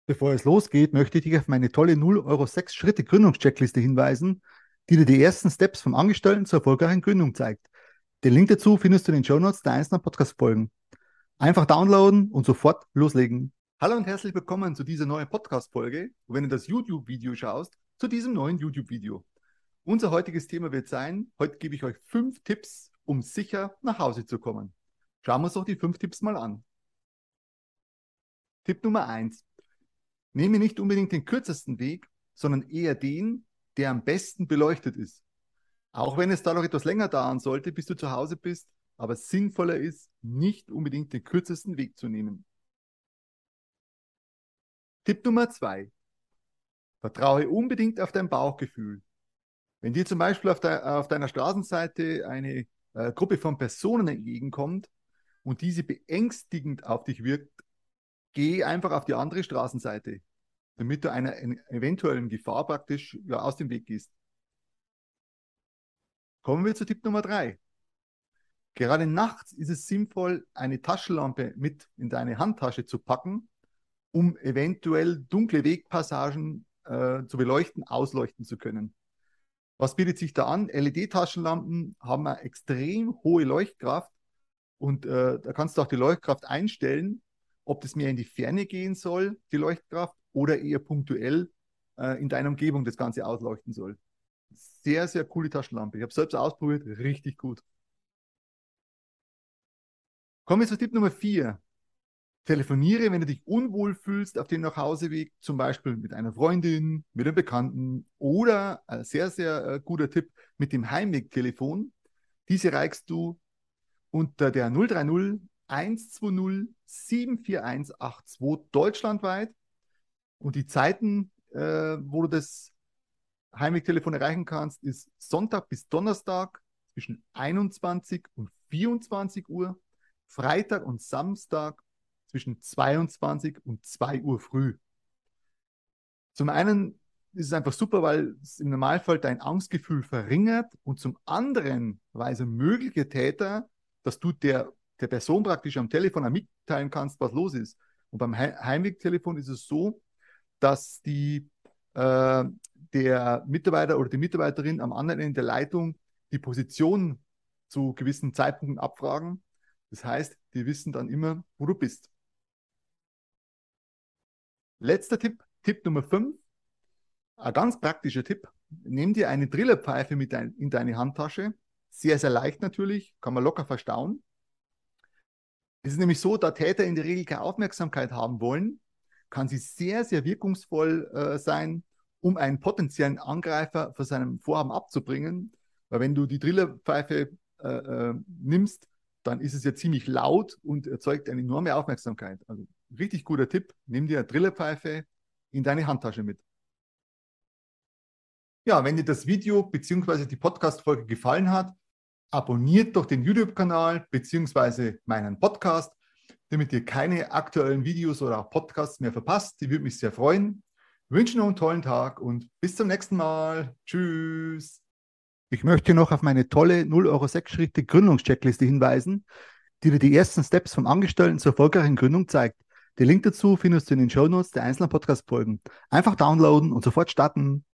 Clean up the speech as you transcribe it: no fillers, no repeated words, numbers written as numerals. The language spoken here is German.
Bevor es losgeht, möchte ich dich auf meine tolle 0 € 6 Schritte Gründungscheckliste hinweisen, die dir die ersten Steps vom Angestellten zur erfolgreichen Gründung zeigt. Den Link dazu findest du in den Shownotes der einzelnen Podcast-Folgen. Einfach downloaden und sofort loslegen. Hallo und herzlich willkommen zu dieser neuen Podcast-Folge, und wenn du das YouTube-Video schaust, zu diesem neuen YouTube-Video. Unser heutiges Thema wird sein, heute gebe ich euch 5 Tipps, um sicher nach Hause zu kommen. Schauen wir uns doch die 5 Tipps mal an. Tipp Nummer 1. Nehme nicht unbedingt den kürzesten Weg, sondern eher den, der am besten beleuchtet ist. Auch wenn es dadurch etwas länger dauern sollte, bis du zu Hause bist, aber sinnvoller ist, nicht unbedingt den kürzesten Weg zu nehmen. Tipp Nummer 2. Vertraue unbedingt auf dein Bauchgefühl. Wenn dir zum Beispiel auf deiner Straßenseite eine Gruppe von Personen entgegenkommt und diese beängstigend auf dich wirkt, geh einfach auf die andere Straßenseite, damit du einer eventuellen Gefahr praktisch aus dem Weg gehst. Kommen wir zu Tipp Nummer 3. Gerade nachts ist es sinnvoll, eine Taschenlampe mit in deine Handtasche zu packen, um eventuell dunkle Wegpassagen zu beleuchten, ausleuchten zu können. Was bietet sich da an? LED-Taschenlampen haben eine extrem hohe Leuchtkraft und da kannst du auch die Leuchtkraft einstellen, ob das mehr in die Ferne gehen soll, die Leuchtkraft, oder eher punktuell in deiner Umgebung das Ganze ausleuchten soll. Sehr, sehr coole Taschenlampe. Ich habe es selbst ausprobiert, richtig gut. Kommen wir zu Tipp Nummer 4. Telefoniere, wenn du dich unwohl fühlst auf dem Nachhauseweg, zum Beispiel mit einer Freundin, mit einem Bekannten oder, ein sehr, sehr guter Tipp, mit dem Heimwegtelefon. Diese reichst du unter der 030 120 74182 deutschlandweit. Und die Zeiten, wo du das Heimwegtelefon erreichen kannst, ist Sonntag bis Donnerstag zwischen 21 und 24 Uhr, Freitag und Samstag zwischen 22 und 2 Uhr früh. Zum einen ist es einfach super, weil es im Normalfall dein Angstgefühl verringert, und zum anderen weise mögliche Täter, dass du der Person praktisch am Telefon auch mitteilen kannst, was los ist. Und beim Heimwegtelefon ist es so, dass der Mitarbeiter oder die Mitarbeiterin am anderen Ende der Leitung die Position zu gewissen Zeitpunkten abfragen. Das heißt, die wissen dann immer, wo du bist. Letzter Tipp, Tipp Nummer 5, ein ganz praktischer Tipp. Nimm dir eine Trillerpfeife in deine Handtasche. Sehr, sehr leicht natürlich, kann man locker verstauen. Es ist nämlich so, da Täter in der Regel keine Aufmerksamkeit haben wollen, kann sie sehr, sehr wirkungsvoll sein, um einen potenziellen Angreifer von seinem Vorhaben abzubringen. Weil wenn du die Trillerpfeife nimmst, dann ist es ja ziemlich laut und erzeugt eine enorme Aufmerksamkeit. Also richtig guter Tipp, nimm dir eine Trillerpfeife in deine Handtasche mit. Ja, wenn dir das Video bzw. die Podcast-Folge gefallen hat, abonniert doch den YouTube-Kanal bzw. meinen Podcast, damit ihr keine aktuellen Videos oder auch Podcasts mehr verpasst. Die würde mich sehr freuen. Ich wünsche noch einen tollen Tag und bis zum nächsten Mal. Tschüss. Ich möchte noch auf meine tolle 0 € 6 Schritte Gründungscheckliste hinweisen, die dir die ersten Steps vom Angestellten zur erfolgreichen Gründung zeigt. Den Link dazu findest du in den Shownotes der einzelnen Podcast-Folgen. Einfach downloaden und sofort starten.